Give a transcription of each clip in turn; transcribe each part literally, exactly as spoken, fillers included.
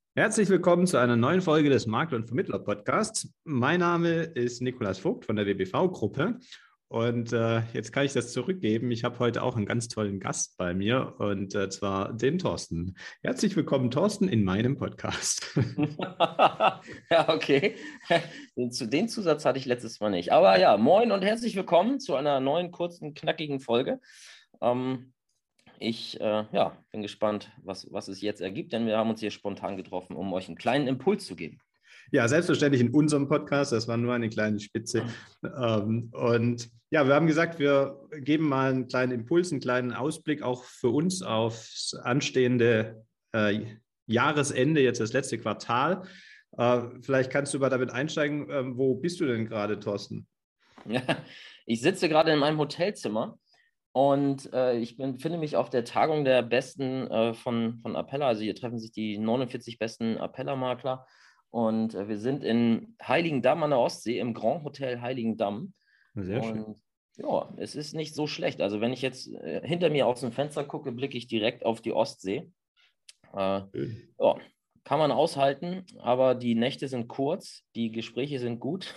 Herzlich willkommen zu einer neuen Folge des Makler- und Vermittler-Podcasts. Mein Name ist Nikolaus Vogt von der W B V-Gruppe und äh, jetzt kann ich das zurückgeben. Ich habe heute auch einen ganz tollen Gast bei mir und äh, zwar den Thorsten. Herzlich willkommen, Thorsten, in meinem Podcast. Ja, okay. Den, zu, den Zusatz hatte ich letztes Mal nicht. Aber ja, moin und herzlich willkommen zu einer neuen, kurzen, knackigen Folge. Ähm, ich äh, ja, bin gespannt, was, was es jetzt ergibt, denn wir haben uns hier spontan getroffen, um euch einen kleinen Impuls zu geben. Ja, selbstverständlich in unserem Podcast. Das war nur eine kleine Spitze. Ähm, und ja, wir haben gesagt, wir geben mal einen kleinen Impuls, einen kleinen Ausblick auch für uns aufs anstehende äh, Jahresende, jetzt das letzte Quartal. Äh, vielleicht kannst du mal damit einsteigen. Äh, wo bist du denn gerade, Thorsten? Ja, ich sitze gerade in meinem Hotelzimmer und äh, ich befinde mich auf der Tagung der Besten äh, von, von Appella. Also hier treffen sich die neunundvierzig besten Appella-Makler und äh, wir sind in Heiligendamm an der Ostsee, im Grand Hotel Heiligendamm. Sehr schön. Und ja, es ist nicht so schlecht. Also wenn ich jetzt äh, hinter mir aus dem Fenster gucke, blicke ich direkt auf die Ostsee. Äh, Schön. ja, kann man aushalten, aber die Nächte sind kurz, die Gespräche sind gut.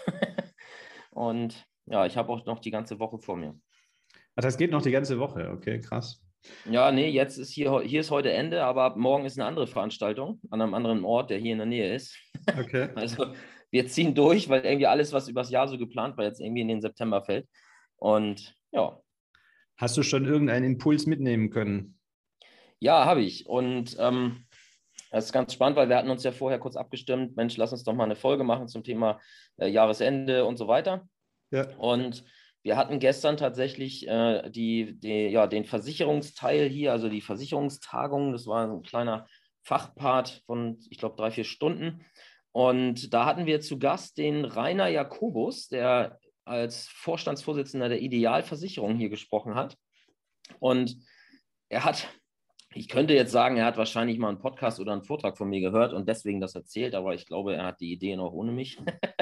Und ja, ich habe auch noch die ganze Woche vor mir. Ach, das geht noch die ganze Woche. Okay, krass. Ja, nee, jetzt ist hier, hier ist heute Ende, aber morgen ist eine andere Veranstaltung an einem anderen Ort, der hier in der Nähe ist. Okay. Also wir ziehen durch, weil irgendwie alles, was übers Jahr so geplant war, jetzt irgendwie in den September fällt. Und ja, Hast du schon irgendeinen Impuls mitnehmen können? ja, habe ich. Und ähm, das ist ganz spannend, weil wir hatten uns ja vorher kurz abgestimmt, Mensch, lass uns doch mal eine Folge machen zum Thema äh, Jahresende und so weiter. Ja. Und wir hatten gestern tatsächlich äh, die, die, ja, den Versicherungsteil hier, also die Versicherungstagung. Das war ein kleiner Fachpart von, ich glaube, drei, vier Stunden. Und da hatten wir zu Gast den Rainer Jakobus, der als Vorstandsvorsitzender der Idealversicherung hier gesprochen hat. Und er hat, ich könnte jetzt sagen, er hat wahrscheinlich mal einen Podcast oder einen Vortrag von mir gehört und deswegen das erzählt, aber ich glaube, er hat die Ideen auch ohne mich.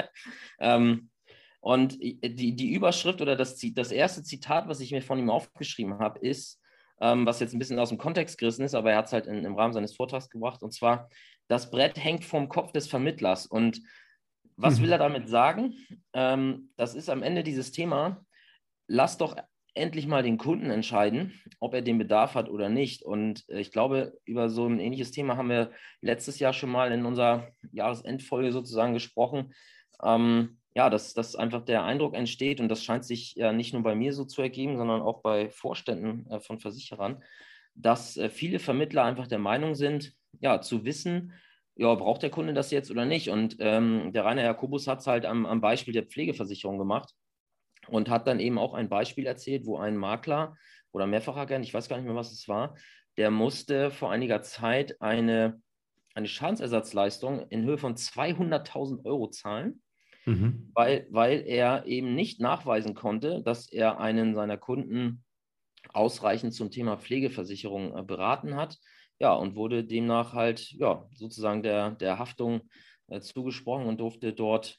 ähm, und die, die Überschrift oder das, das erste Zitat, was ich mir von ihm aufgeschrieben habe, ist, ähm, was jetzt ein bisschen aus dem Kontext gerissen ist, aber er hat es halt in, im Rahmen seines Vortrags gebracht, und zwar: Das Brett hängt vom Kopf des Vermittlers. Und was will er damit sagen? Ähm, das ist am Ende dieses Thema: Lass doch endlich mal den Kunden entscheiden, ob er den Bedarf hat oder nicht. Und äh, ich glaube, über so ein ähnliches Thema haben wir letztes Jahr schon mal in unserer Jahresendfolge sozusagen gesprochen. Ähm, ja, dass, dass einfach der Eindruck entsteht, und das scheint sich ja nicht nur bei mir so zu ergeben, sondern auch bei Vorständen äh, von Versicherern, dass äh, viele Vermittler einfach der Meinung sind, ja, zu wissen, ja, braucht der Kunde das jetzt oder nicht? Und ähm, der Rainer Jakobus hat es halt am, am Beispiel der Pflegeversicherung gemacht und hat dann eben auch ein Beispiel erzählt, wo ein Makler oder Mehrfachagent, ich weiß gar nicht mehr, was es war, der musste vor einiger Zeit eine, eine Schadensersatzleistung in Höhe von zweihunderttausend Euro zahlen, Mhm. weil, weil er eben nicht nachweisen konnte, dass er einen seiner Kunden ausreichend zum Thema Pflegeversicherung äh, beraten hat. Ja, und wurde demnach halt ja, sozusagen der, der Haftung äh, zugesprochen und durfte dort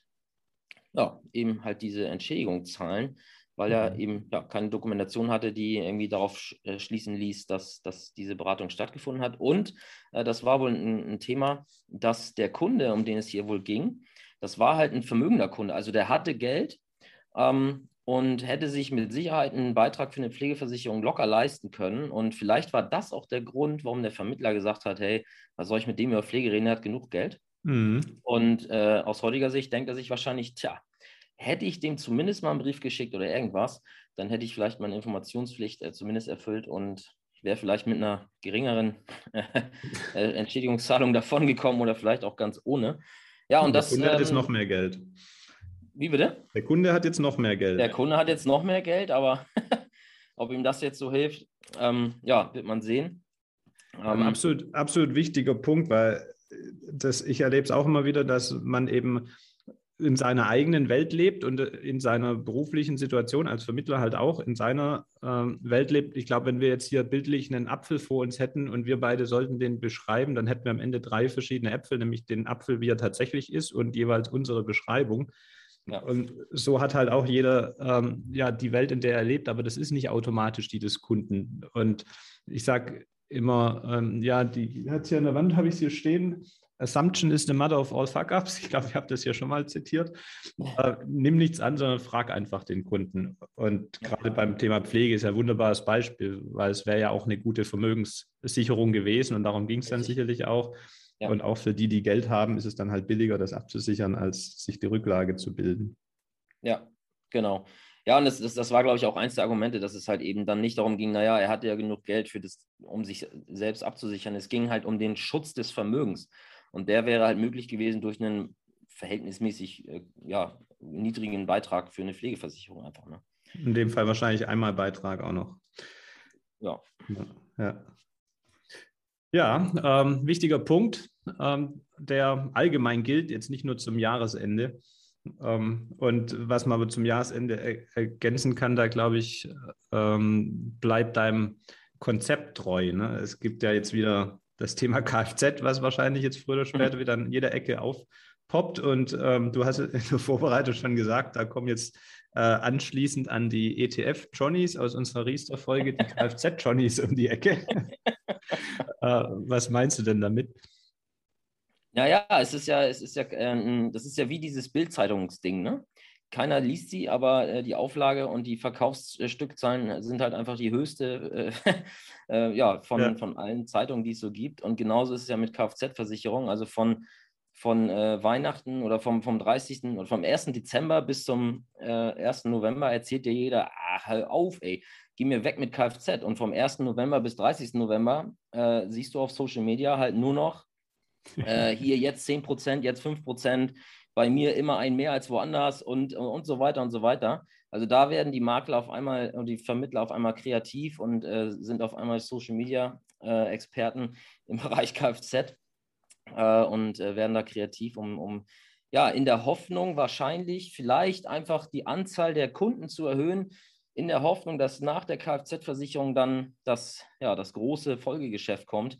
ja, eben halt diese Entschädigung zahlen, weil er Mhm. eben ja, keine Dokumentation hatte, die irgendwie darauf sch äh, schließen ließ, dass, dass diese Beratung stattgefunden hat. Und äh, das war wohl ein, ein Thema, dass der Kunde, um den es hier wohl ging, das war halt ein vermögender Kunde. Also der hatte Geld ähm, und hätte sich mit Sicherheit einen Beitrag für eine Pflegeversicherung locker leisten können. Und vielleicht war das auch der Grund, warum der Vermittler gesagt hat: Hey, was soll ich mit dem über Pflege reden? Er hat genug Geld. Mhm. Und äh, aus heutiger Sicht denkt er sich wahrscheinlich: Tja, hätte ich dem zumindest mal einen Brief geschickt oder irgendwas, dann hätte ich vielleicht meine Informationspflicht äh, zumindest erfüllt und ich wäre vielleicht mit einer geringeren äh, Entschädigungszahlung davongekommen oder vielleicht auch ganz ohne. Ja, und Der das, Kunde hat jetzt noch ähm, mehr Geld. wie bitte? Der Kunde hat jetzt noch mehr Der Geld. Kunde hat jetzt noch mehr Geld, aber ob ihm das jetzt so hilft, ähm, ja, wird man sehen. Aber Ähm, absolut, absolut wichtiger Punkt, weil das, ich erlebe es auch immer wieder, dass man eben in seiner eigenen Welt lebt und in seiner beruflichen Situation als Vermittler halt auch in seiner ähm, Welt lebt. Ich glaube, wenn wir jetzt hier bildlich einen Apfel vor uns hätten und wir beide sollten den beschreiben, dann hätten wir am Ende drei verschiedene Äpfel, nämlich den Apfel, wie er tatsächlich ist und jeweils unsere Beschreibung. ja. Und so hat halt auch jeder ähm, ja die Welt, in der er lebt, aber das ist nicht automatisch die des Kunden. Und ich sage immer, ähm, ja, die hat hier an der Wand, habe ich hier stehen, Assumption is the mother of all fuck-ups. Ich glaube, ich habe das hier schon mal zitiert. Äh, nimm nichts an, sondern frag einfach den Kunden. Und gerade beim Thema Pflege ist ja ein wunderbares Beispiel, weil es wäre ja auch eine gute Vermögenssicherung gewesen und darum ging es dann Richtig. sicherlich auch. Ja. Und auch für die, die Geld haben, ist es dann halt billiger, das abzusichern, als sich die Rücklage zu bilden. Ja, genau. Ja, und das, das, das war, glaube ich, auch eins der Argumente, dass es halt eben dann nicht darum ging, naja, er hatte ja genug Geld für das, um sich selbst abzusichern. Es ging halt um den Schutz des Vermögens. Und der wäre halt möglich gewesen durch einen verhältnismäßig äh, ja, niedrigen Beitrag für eine Pflegeversicherung einfach. Ne? In dem Fall wahrscheinlich einmal Beitrag auch noch. Ja. Ja, ja ähm, wichtiger Punkt, ähm, der allgemein gilt, jetzt nicht nur zum Jahresende. Ähm, und was man aber zum Jahresende er ergänzen kann, da glaube ich, ähm, bleibt deinem Konzept treu. Ne? Es gibt ja jetzt wieder das Thema Kfz, was wahrscheinlich jetzt früher oder später wieder an jeder Ecke aufpoppt. Und ähm, du hast in der Vorbereitung schon gesagt, da kommen jetzt äh, anschließend an die E T F-Johnnies aus unserer Riester-Folge die Kfz-Johnnies um die Ecke. äh, was meinst du denn damit? Naja, es ist ja, es ist ja, äh, das ist ja wie dieses Bild-Zeitungsding, ne? Keiner liest sie, aber äh, die Auflage und die Verkaufsstückzahlen sind halt einfach die höchste äh, äh, ja, von, Ja. von allen Zeitungen, die es so gibt. Und genauso ist es ja mit Kfz-Versicherung. Also von, von äh, Weihnachten oder vom, vom dreißigsten oder vom ersten Dezember bis zum äh, ersten November erzählt dir jeder, ach, hör auf, ey, geh mir weg mit Kfz. Und vom ersten November bis dreißigsten November äh, siehst du auf Social Media halt nur noch, Äh, hier jetzt zehn Prozent, jetzt fünf Prozent, bei mir immer ein mehr als woanders und, und so weiter und so weiter. Also da werden die Makler auf einmal und die Vermittler auf einmal kreativ und äh, sind auf einmal Social Media äh, Experten im Bereich Kfz äh, und äh, werden da kreativ, um, um ja in der Hoffnung wahrscheinlich vielleicht einfach die Anzahl der Kunden zu erhöhen, in der Hoffnung, dass nach der Kfz-Versicherung dann das, ja, das große Folgegeschäft kommt.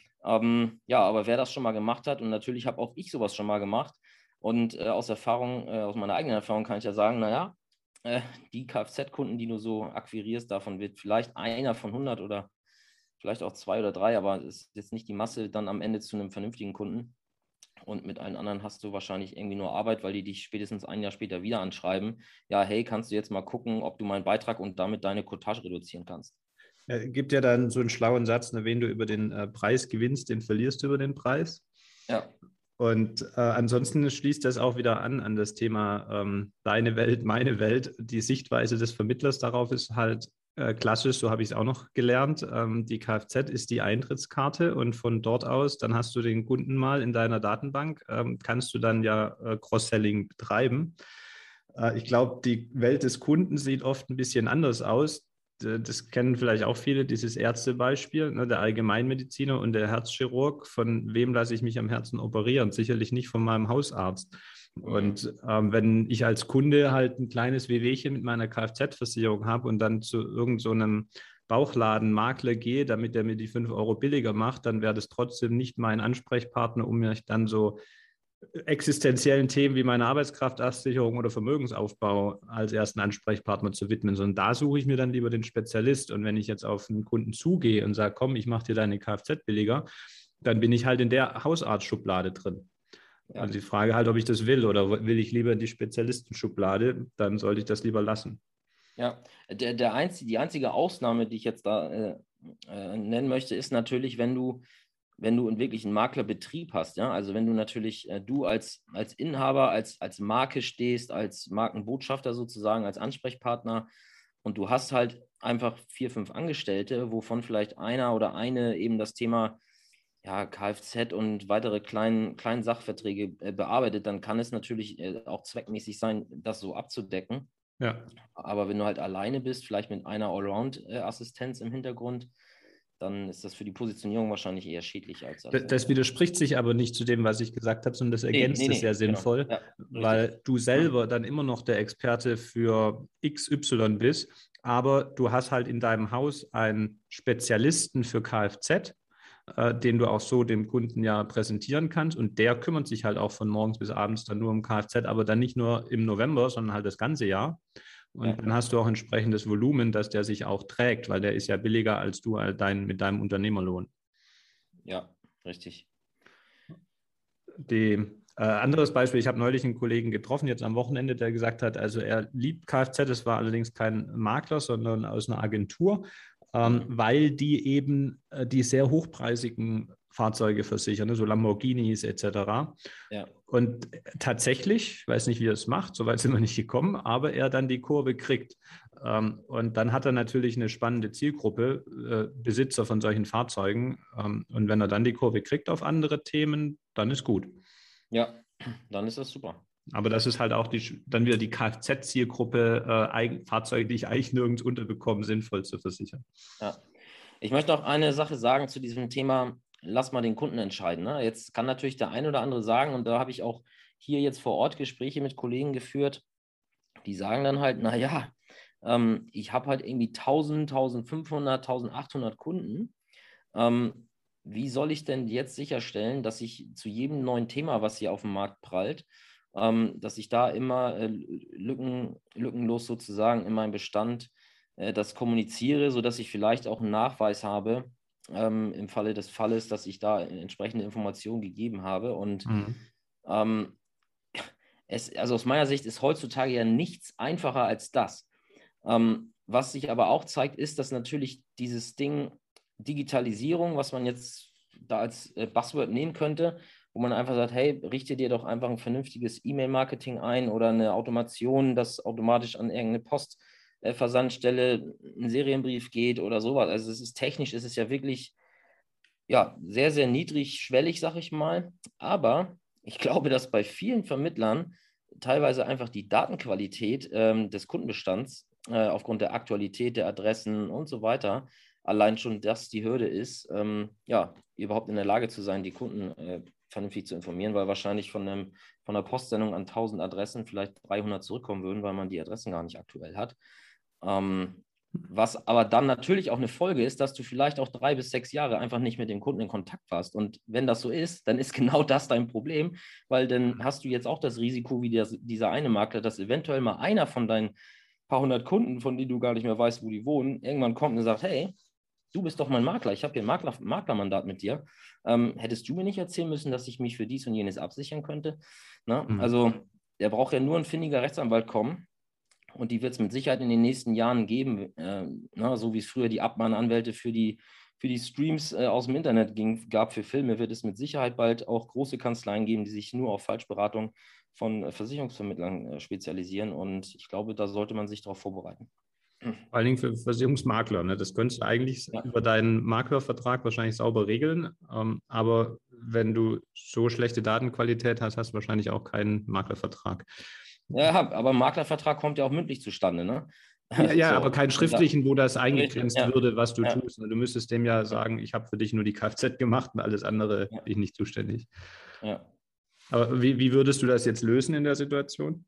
Ähm, ja, aber wer das schon mal gemacht hat, und natürlich habe auch ich sowas schon mal gemacht, und äh, aus Erfahrung, äh, aus meiner eigenen Erfahrung kann ich ja sagen, naja, äh, die Kfz-Kunden, die du so akquirierst, davon wird vielleicht einer von hundert oder vielleicht auch zwei oder drei, aber es ist jetzt nicht die Masse dann am Ende zu einem vernünftigen Kunden. Und mit allen anderen hast du wahrscheinlich irgendwie nur Arbeit, weil die dich spätestens ein Jahr später wieder anschreiben. Ja, hey, kannst du jetzt mal gucken, ob du meinen Beitrag und damit deine Cottage reduzieren kannst? Es gibt ja dann so einen schlauen Satz, ne, wen du über den äh, Preis gewinnst, den verlierst du über den Preis. Ja. Und äh, ansonsten schließt das auch wieder an an das Thema ähm, deine Welt, meine Welt. Die Sichtweise des Vermittlers darauf ist halt äh, klassisch, so habe ich es auch noch gelernt. Ähm, die Kfz ist die Eintrittskarte und von dort aus, dann hast du den Kunden mal in deiner Datenbank, ähm, kannst du dann ja äh, Cross-Selling betreiben. Äh, ich glaube, die Welt des Kunden sieht oft ein bisschen anders aus. Das kennen vielleicht auch viele, dieses Ärztebeispiel, ne, der Allgemeinmediziner und der Herzchirurg. Von wem lasse ich mich am Herzen operieren? Sicherlich nicht von meinem Hausarzt. Und ähm, wenn ich als Kunde halt ein kleines Wehwehchen mit meiner Kfz-Versicherung habe und dann zu irgendeinem so Bauchladenmakler gehe, damit der mir die fünf Euro billiger macht, dann wäre das trotzdem nicht mein Ansprechpartner, um mich dann so existenziellen Themen wie meine Arbeitskraftabsicherung oder Vermögensaufbau als ersten Ansprechpartner zu widmen, sondern da suche ich mir dann lieber den Spezialist. Und wenn ich jetzt auf einen Kunden zugehe und sage, komm, ich mache dir deine Kfz billiger, dann bin ich halt in der Hausarztschublade drin. Ja. Also die Frage halt, ob ich das will oder will ich lieber in die Spezialistenschublade, dann sollte ich das lieber lassen. Ja, der, der einzige, die einzige Ausnahme, die ich jetzt da äh, äh, nennen möchte, ist natürlich, wenn du wenn du einen wirklichen Maklerbetrieb hast, ja, also wenn du natürlich, äh, du als, als Inhaber, als, als Marke stehst, als Markenbotschafter sozusagen, als Ansprechpartner und du hast halt einfach vier, fünf Angestellte, wovon vielleicht einer oder eine eben das Thema ja, Kfz und weitere kleinen, kleinen Sachverträge äh, bearbeitet, dann kann es natürlich äh, auch zweckmäßig sein, das so abzudecken. Ja. Aber wenn du halt alleine bist, vielleicht mit einer Allround-Assistenz im Hintergrund, dann ist das für die Positionierung wahrscheinlich eher schädlich als. als das widerspricht sich aber nicht zu dem, was ich gesagt habe, sondern das ergänzt nee, nee, es sehr nee, sinnvoll, genau. Ja, weil du selber dann immer noch der Experte für X Y bist, aber du hast halt in deinem Haus einen Spezialisten für Kfz, äh, den du auch so dem Kunden ja präsentieren kannst und der kümmert sich halt auch von morgens bis abends dann nur um Kfz, aber dann nicht nur im November, sondern halt das ganze Jahr. Und ja. Dann hast du auch entsprechendes Volumen, dass der sich auch trägt, weil der ist ja billiger als du dein, mit deinem Unternehmerlohn. Ja, richtig. Die äh, anderes Beispiel, ich habe neulich einen Kollegen getroffen, jetzt am Wochenende, der gesagt hat, also er liebt Kfz, es war allerdings kein Makler, sondern aus einer Agentur, ähm, Mhm. weil die eben äh, die sehr hochpreisigen Fahrzeuge versichern, ne, so Lamborghinis et cetera. Ja. Und tatsächlich, ich weiß nicht, wie er es macht, soweit sind wir nicht gekommen, aber er dann die Kurve kriegt. Ähm, und dann hat er natürlich eine spannende Zielgruppe, äh, Besitzer von solchen Fahrzeugen. Ähm, und wenn er dann die Kurve kriegt auf andere Themen, dann ist gut. Ja, dann ist das super. Aber das ist halt auch die, dann wieder die Kfz-Zielgruppe, äh, Eigen, Fahrzeuge, die ich eigentlich nirgends unterbekomme, sinnvoll zu versichern. Ja. Ich möchte noch eine Sache sagen zu diesem Thema, lass mal den Kunden entscheiden. Ne? Jetzt kann natürlich der ein oder andere sagen, und da habe ich auch hier jetzt vor Ort Gespräche mit Kollegen geführt, die sagen dann halt, naja, ähm, ich habe halt irgendwie tausend, eintausendfünfhundert, eintausendachthundert Kunden. Ähm, wie soll ich denn jetzt sicherstellen, dass ich zu jedem neuen Thema, was hier auf dem Markt prallt, ähm, dass ich da immer äh, lücken, lückenlos sozusagen in meinem Bestand äh, das kommuniziere, sodass ich vielleicht auch einen Nachweis habe, ähm, im Falle des Falles, dass ich da entsprechende Informationen gegeben habe. Und Mhm. ähm, es, also aus meiner Sicht ist heutzutage ja nichts einfacher als das. Ähm, was sich aber auch zeigt, ist, dass natürlich dieses Ding Digitalisierung, was man jetzt da als äh, Buzzword nehmen könnte, wo man einfach sagt, hey, richte dir doch einfach ein vernünftiges E-Mail-Marketing ein oder eine Automation, dass automatisch an irgendeine Postversandstelle äh, ein Serienbrief geht oder sowas. Also es ist technisch, ist es ja wirklich ja, sehr, sehr niedrigschwellig, sag ich mal. Aber ich glaube, dass bei vielen Vermittlern teilweise einfach die Datenqualität ähm, des Kundenbestands äh, aufgrund der Aktualität der Adressen und so weiter allein schon das die Hürde ist, ähm, ja, überhaupt in der Lage zu sein, die Kunden äh, vernünftig zu informieren, weil wahrscheinlich von, einem, von einer Postsendung an tausend Adressen vielleicht dreihundert zurückkommen würden, weil man die Adressen gar nicht aktuell hat. Ähm, was aber dann natürlich auch eine Folge ist, dass du vielleicht auch drei bis sechs Jahre einfach nicht mit dem Kunden in Kontakt warst. Und wenn das so ist, dann ist genau das dein Problem, weil dann hast du jetzt auch das Risiko, wie der, dieser eine Makler, dass eventuell mal einer von deinen paar hundert Kunden, von denen du gar nicht mehr weißt, wo die wohnen, irgendwann kommt und sagt, hey, du bist doch mein Makler, ich habe hier ein Makler, Maklermandat mit dir. Ähm, hättest du mir nicht erzählen müssen, dass ich mich für dies und jenes absichern könnte? Na, Mhm. also der braucht ja nur ein findiger Rechtsanwalt kommen. Und die wird es mit Sicherheit in den nächsten Jahren geben, äh, na, so wie es früher die Abmahnanwälte für die, für die Streams äh, aus dem Internet ging, gab für Filme, wird es mit Sicherheit bald auch große Kanzleien geben, die sich nur auf Falschberatung von äh, Versicherungsvermittlern äh, spezialisieren. Und ich glaube, da sollte man sich darauf vorbereiten. Vor allen Dingen für Versicherungsmakler. Ne? Das könntest du eigentlich Ja. über deinen Maklervertrag wahrscheinlich sauber regeln. Ähm, aber wenn du so schlechte Datenqualität hast, hast du wahrscheinlich auch keinen Maklervertrag. Ja, aber ein Maklervertrag kommt ja auch mündlich zustande, ne? Ja, ja, aber So, keinen und da, schriftlichen, wo das richtig, eingegrenzt ja, würde, was du ja, tust. Du müsstest dem ja sagen, ich habe für dich nur die Kfz gemacht und alles andere ja, bin ich nicht zuständig. ja. Aber wie, wie würdest du das jetzt lösen in der Situation?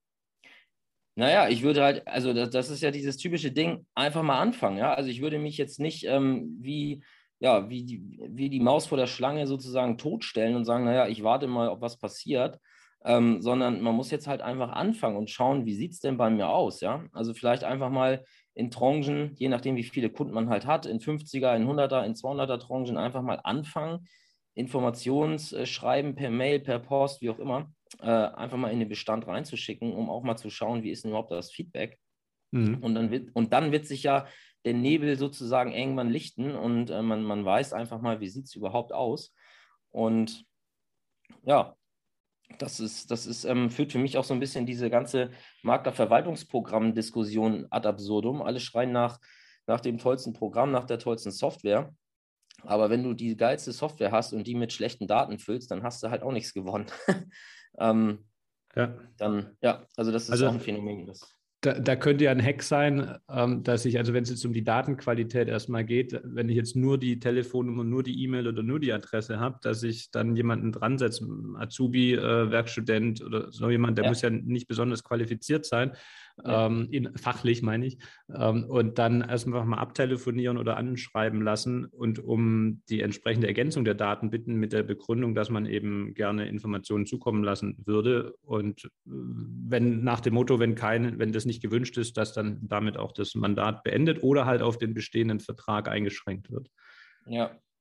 Naja, ich würde halt, also das, das ist ja dieses typische Ding, einfach mal anfangen, ja. Also ich würde mich jetzt nicht ähm, wie, ja, wie die, wie die Maus vor der Schlange sozusagen totstellen und sagen, naja, ich warte mal, ob was passiert, ähm, sondern man muss jetzt halt einfach anfangen und schauen, wie sieht es denn bei mir aus, ja. Also vielleicht einfach mal in Tranchen, je nachdem, wie viele Kunden man halt hat, in fünfziger, in hunderter, in zweihunderter Tranchen einfach mal anfangen, Informationsschreiben per Mail, per Post, wie auch immer äh, einfach mal in den Bestand reinzuschicken, um auch mal zu schauen, wie ist denn überhaupt das Feedback. Mhm. Und dann wird, und dann wird sich ja der Nebel sozusagen irgendwann lichten und äh, man, man weiß einfach mal, wie sieht es überhaupt aus. Und ja, das ist, das ist, ähm, führt für mich auch so ein bisschen diese ganze Maklerverwaltungsprogramm-Diskussion ad absurdum. Alle schreien nach, nach dem tollsten Programm, nach der tollsten Software. Aber wenn du die geilste Software hast und die mit schlechten Daten füllst, dann hast du halt auch nichts gewonnen. ähm, Ja. Dann, ja, also das ist Also auch ein Phänomen. Das, Da, da könnte ja ein Hack sein, ähm, dass ich, also wenn es jetzt um die Datenqualität erstmal geht, wenn ich jetzt nur die Telefonnummer, nur die E-Mail oder nur die Adresse habe, dass ich dann jemanden dran setze, Azubi, äh, Werkstudent oder so jemand, der ja, muss ja nicht besonders qualifiziert sein, nee, ähm, in, fachlich meine ich, ähm, und dann erstmal mal abtelefonieren oder anschreiben lassen und um die entsprechende Ergänzung der Daten bitten mit der Begründung, dass man eben gerne Informationen zukommen lassen würde. Und wenn nach dem Motto, wenn keine, wenn das nicht gewünscht ist, dass dann damit auch das Mandat beendet oder halt auf den bestehenden Vertrag eingeschränkt wird. ja.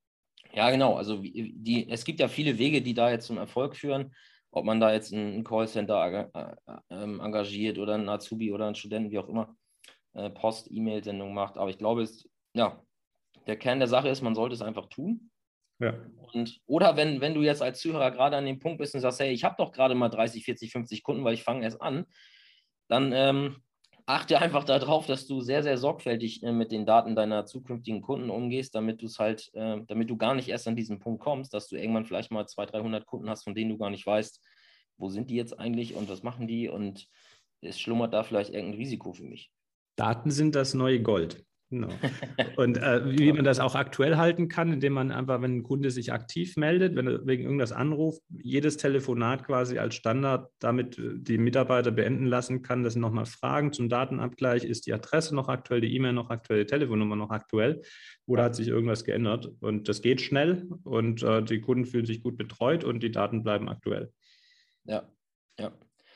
Ja, genau. Also die, es gibt ja viele Wege, die da jetzt zum Erfolg führen. Ob man da jetzt ein Callcenter äh, äh, engagiert oder ein Azubi oder einen Studenten, wie auch immer, äh, Post, E-Mail-Sendung macht. Aber ich glaube, es, ja, der Kern der Sache ist, man sollte es einfach tun. Ja. Und, oder wenn, wenn du jetzt als Zuhörer gerade an dem Punkt bist und sagst, hey, ich habe doch gerade mal dreißig, vierzig, fünfzig Kunden, weil ich fange erst an, dann ähm, achte einfach darauf, dass du sehr, sehr sorgfältig äh, mit den Daten deiner zukünftigen Kunden umgehst, damit du es halt, äh, damit du gar nicht erst an diesen Punkt kommst, dass du irgendwann vielleicht mal zweihundert, dreihundert Kunden hast, von denen du gar nicht weißt, wo sind die jetzt eigentlich und was machen die und es schlummert da vielleicht irgendein Risiko für mich. Daten sind das neue Gold. Genau. Und äh, wie man das auch aktuell halten kann, indem man einfach, wenn ein Kunde sich aktiv meldet, wenn er wegen irgendwas anruft, jedes Telefonat quasi als Standard damit die Mitarbeiter beenden lassen kann. Das sind nochmal Fragen zum Datenabgleich. Ist die Adresse noch aktuell, die E-Mail noch aktuell, die Telefonnummer noch aktuell oder hat sich irgendwas geändert? Und das geht schnell und äh, die Kunden fühlen sich gut betreut und die Daten bleiben aktuell. Ja, ja.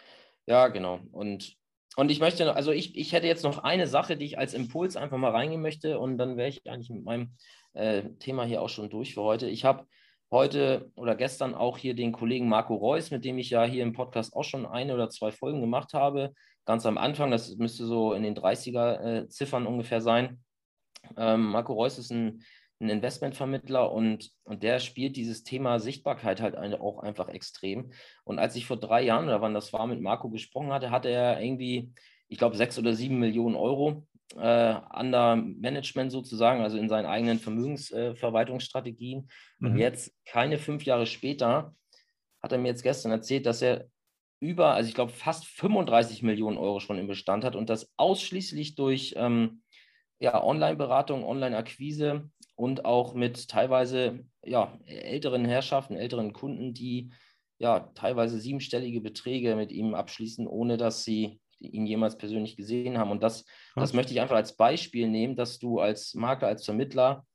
Ja, genau. Und Und ich möchte, also ich, ich hätte jetzt noch eine Sache, die ich als Impuls einfach mal reingehen möchte und dann wäre ich eigentlich mit meinem äh, Thema hier auch schon durch für heute. Ich habe heute oder gestern auch hier den Kollegen Marco Reus, mit dem ich ja hier im Podcast auch schon eine oder zwei Folgen gemacht habe, ganz am Anfang, das müsste so in den dreißiger-Ziffern ungefähr sein. Ähm, Marco Reus ist ein, ein Investmentvermittler und, und der spielt dieses Thema Sichtbarkeit halt eine, auch einfach extrem. Und als ich vor drei Jahren oder wann das war mit Marco gesprochen hatte, hatte er irgendwie, ich glaube, sechs oder sieben Millionen Euro äh, under Management sozusagen, also in seinen eigenen Vermögensverwaltungsstrategien. Äh, mhm. Und jetzt, keine fünf Jahre später, hat er mir jetzt gestern erzählt, dass er über, also ich glaube, fast fünfunddreißig Millionen Euro schon im Bestand hat und das ausschließlich durch ähm, ja, Online-Beratung, Online-Akquise und auch mit teilweise ja, älteren Herrschaften, älteren Kunden, die ja teilweise siebenstellige Beträge mit ihm abschließen, ohne dass sie ihn jemals persönlich gesehen haben. Und das, das möchte ich einfach als Beispiel nehmen, dass du als Makler, als Vermittler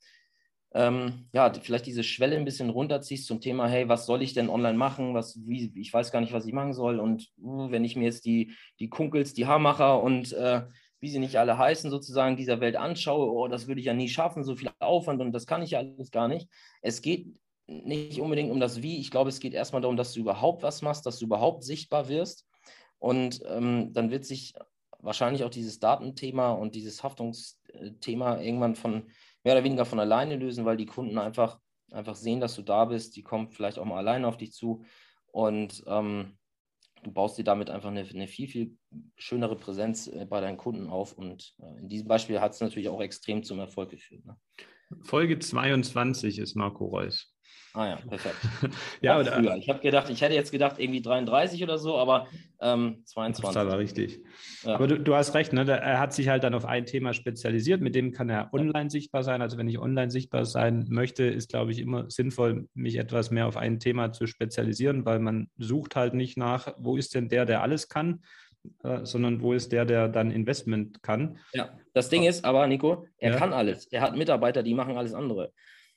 ähm, ja, vielleicht diese Schwelle ein bisschen runterziehst zum Thema, hey, was soll ich denn online machen? Was, wie, ich weiß gar nicht, was ich machen soll. Und uh, wenn ich mir jetzt die, die Kunkels, die Haarmacher und äh, wie sie nicht alle heißen, sozusagen dieser Welt anschaue, oh, das würde ich ja nie schaffen, so viel Aufwand und das kann ich ja alles gar nicht. Es geht nicht unbedingt um das Wie. Ich glaube, es geht erstmal darum, dass du überhaupt was machst, dass du überhaupt sichtbar wirst. Und ähm, dann wird sich wahrscheinlich auch dieses Datenthema und dieses Haftungsthema irgendwann von mehr oder weniger von alleine lösen, weil die Kunden einfach, einfach sehen, dass du da bist. Die kommen vielleicht auch mal alleine auf dich zu und ähm, du baust dir damit einfach eine, eine viel, viel schönere Präsenz äh, bei deinen Kunden auf. Und äh, in diesem Beispiel hat es natürlich auch extrem zum Erfolg geführt. Ne? Folge zweiundzwanzig ist Marco Reus. Ah ja, perfekt. Ja, auch früher. Ich habe gedacht, ich hätte jetzt gedacht, irgendwie dreiunddreißig oder so, aber ähm, zweiundzwanzig. Das war richtig. Ja. Aber du, du hast recht, ne? Er hat sich halt dann auf ein Thema spezialisiert, mit dem kann er online ja. sichtbar sein. Also wenn ich online sichtbar sein möchte, ist, glaube ich, immer sinnvoll, mich etwas mehr auf ein Thema zu spezialisieren, weil man sucht halt nicht nach, wo ist denn der, der alles kann, äh, sondern wo ist der, der dann Investment kann. Ja, das Ding ist aber, Nico, er ja. kann alles. Er hat Mitarbeiter, die machen alles andere.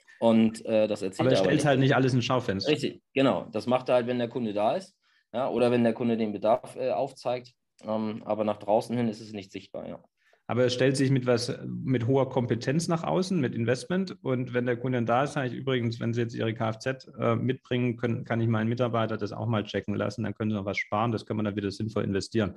Und äh, das erzählt aber er er stellt aber halt nicht alles ins Schaufenster. Richtig, genau. Das macht er halt, wenn der Kunde da ist, ja, oder wenn der Kunde den Bedarf äh, aufzeigt. Ähm, aber nach draußen hin ist es nicht sichtbar, ja. Aber er stellt sich mit was mit hoher Kompetenz nach außen, mit Investment. Und wenn der Kunde dann da ist, sage ich übrigens, wenn Sie jetzt Ihre Kfz äh, mitbringen können, kann ich meinen Mitarbeiter das auch mal checken lassen. Dann können Sie noch was sparen. Das können wir dann wieder sinnvoll investieren.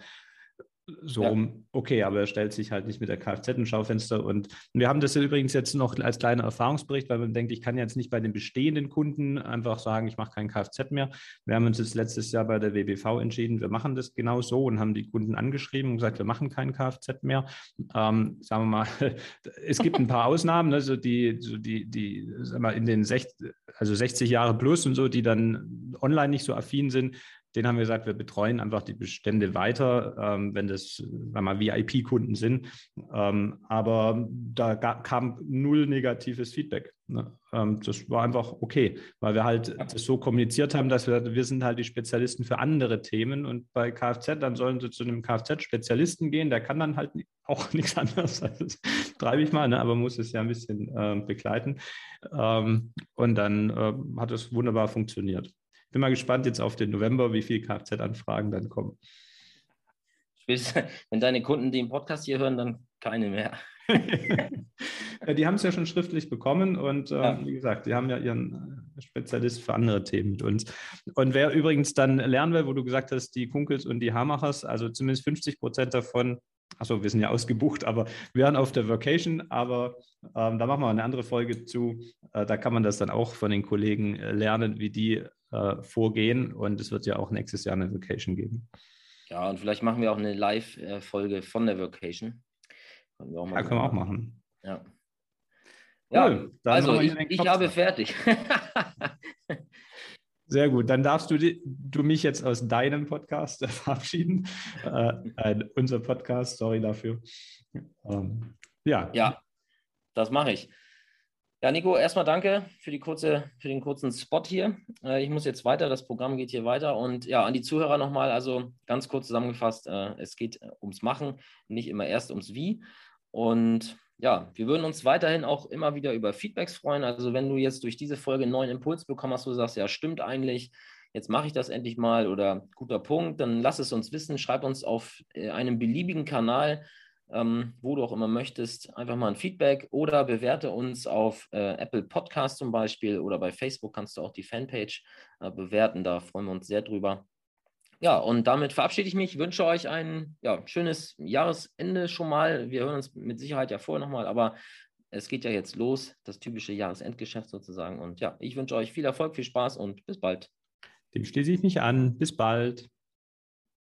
So ja. Okay, aber er stellt sich halt nicht mit der Kfz ins Schaufenster. Und wir haben das ja übrigens jetzt noch als kleiner Erfahrungsbericht, weil man denkt, ich kann jetzt nicht bei den bestehenden Kunden einfach sagen, ich mache kein Kfz mehr. Wir haben uns jetzt letztes Jahr bei der W B V entschieden, wir machen das genau so und haben die Kunden angeschrieben und gesagt, wir machen kein Kfz mehr. Ähm, sagen wir mal, es gibt ein paar Ausnahmen, ne, so die, so die, die sagen wir, in den sechzig, also sechzig Jahre plus und so, die dann online nicht so affin sind. Den haben wir gesagt, wir betreuen einfach die Bestände weiter, ähm, wenn das sagen wir mal V I P-Kunden sind. Ähm, aber da gab, kam null negatives Feedback. Ne? Ähm, das war einfach okay, weil wir halt ja. das so kommuniziert haben, dass wir, wir sind halt die Spezialisten für andere Themen und bei Kfz, dann sollen sie zu einem Kfz-Spezialisten gehen, der kann dann halt auch nichts anderes. Das treibe ich mal, ne? Aber muss es ja ein bisschen äh, begleiten. Ähm, und dann äh, hat es wunderbar funktioniert. Bin mal gespannt jetzt auf den November, wie viele Kfz-Anfragen dann kommen. Wenn deine Kunden den Podcast hier hören, dann keine mehr. Ja, die haben es ja schon schriftlich bekommen und ähm, Ja. wie gesagt, die haben ja ihren Spezialist für andere Themen mit uns. Und wer übrigens dann lernen will, wo du gesagt hast, die Kunkels und die Haarmachers, also zumindest fünfzig Prozent davon, achso, wir sind ja ausgebucht, aber wir waren auf der Vacation, aber ähm, da machen wir eine andere Folge zu. Äh, da kann man das dann auch von den Kollegen äh, lernen, wie die äh, vorgehen und es wird ja auch nächstes Jahr eine Vacation geben. Ja, und vielleicht machen wir auch eine Live-Folge von der Vacation. Können wir auch mal Ja, können wir auch machen. machen. Ja. Ja, Cool, dann also machen wir hier ich, den ich Knopf habe dran. fertig. Sehr gut, dann darfst du, die, du mich jetzt aus deinem Podcast äh, verabschieden. Äh, äh, unser Podcast, sorry dafür. Ähm, ja. Ja, das mache ich. Ja, Nico, erstmal danke für, die kurze, für den kurzen Spot hier. Äh, ich muss jetzt weiter, das Programm geht hier weiter. Und ja, an die Zuhörer nochmal, also ganz kurz zusammengefasst, äh, es geht ums Machen, nicht immer erst ums Wie. Und ja, wir würden uns weiterhin auch immer wieder über Feedbacks freuen. Also wenn du jetzt durch diese Folge einen neuen Impuls bekommen hast, wo du sagst, ja, stimmt eigentlich, jetzt mache ich das endlich mal oder guter Punkt, dann lass es uns wissen, schreib uns auf äh, einem beliebigen Kanal, ähm, wo du auch immer möchtest, einfach mal ein Feedback oder bewerte uns auf äh, Apple Podcast zum Beispiel oder bei Facebook kannst du auch die Fanpage äh, bewerten, da freuen wir uns sehr drüber. Ja, und damit verabschiede ich mich, wünsche euch ein ja, schönes Jahresende schon mal. Wir hören uns mit Sicherheit ja vorher nochmal, aber es geht ja jetzt los, das typische Jahresendgeschäft sozusagen. Und ja, ich wünsche euch viel Erfolg, viel Spaß und bis bald. Dem schließe ich mich an. Bis bald.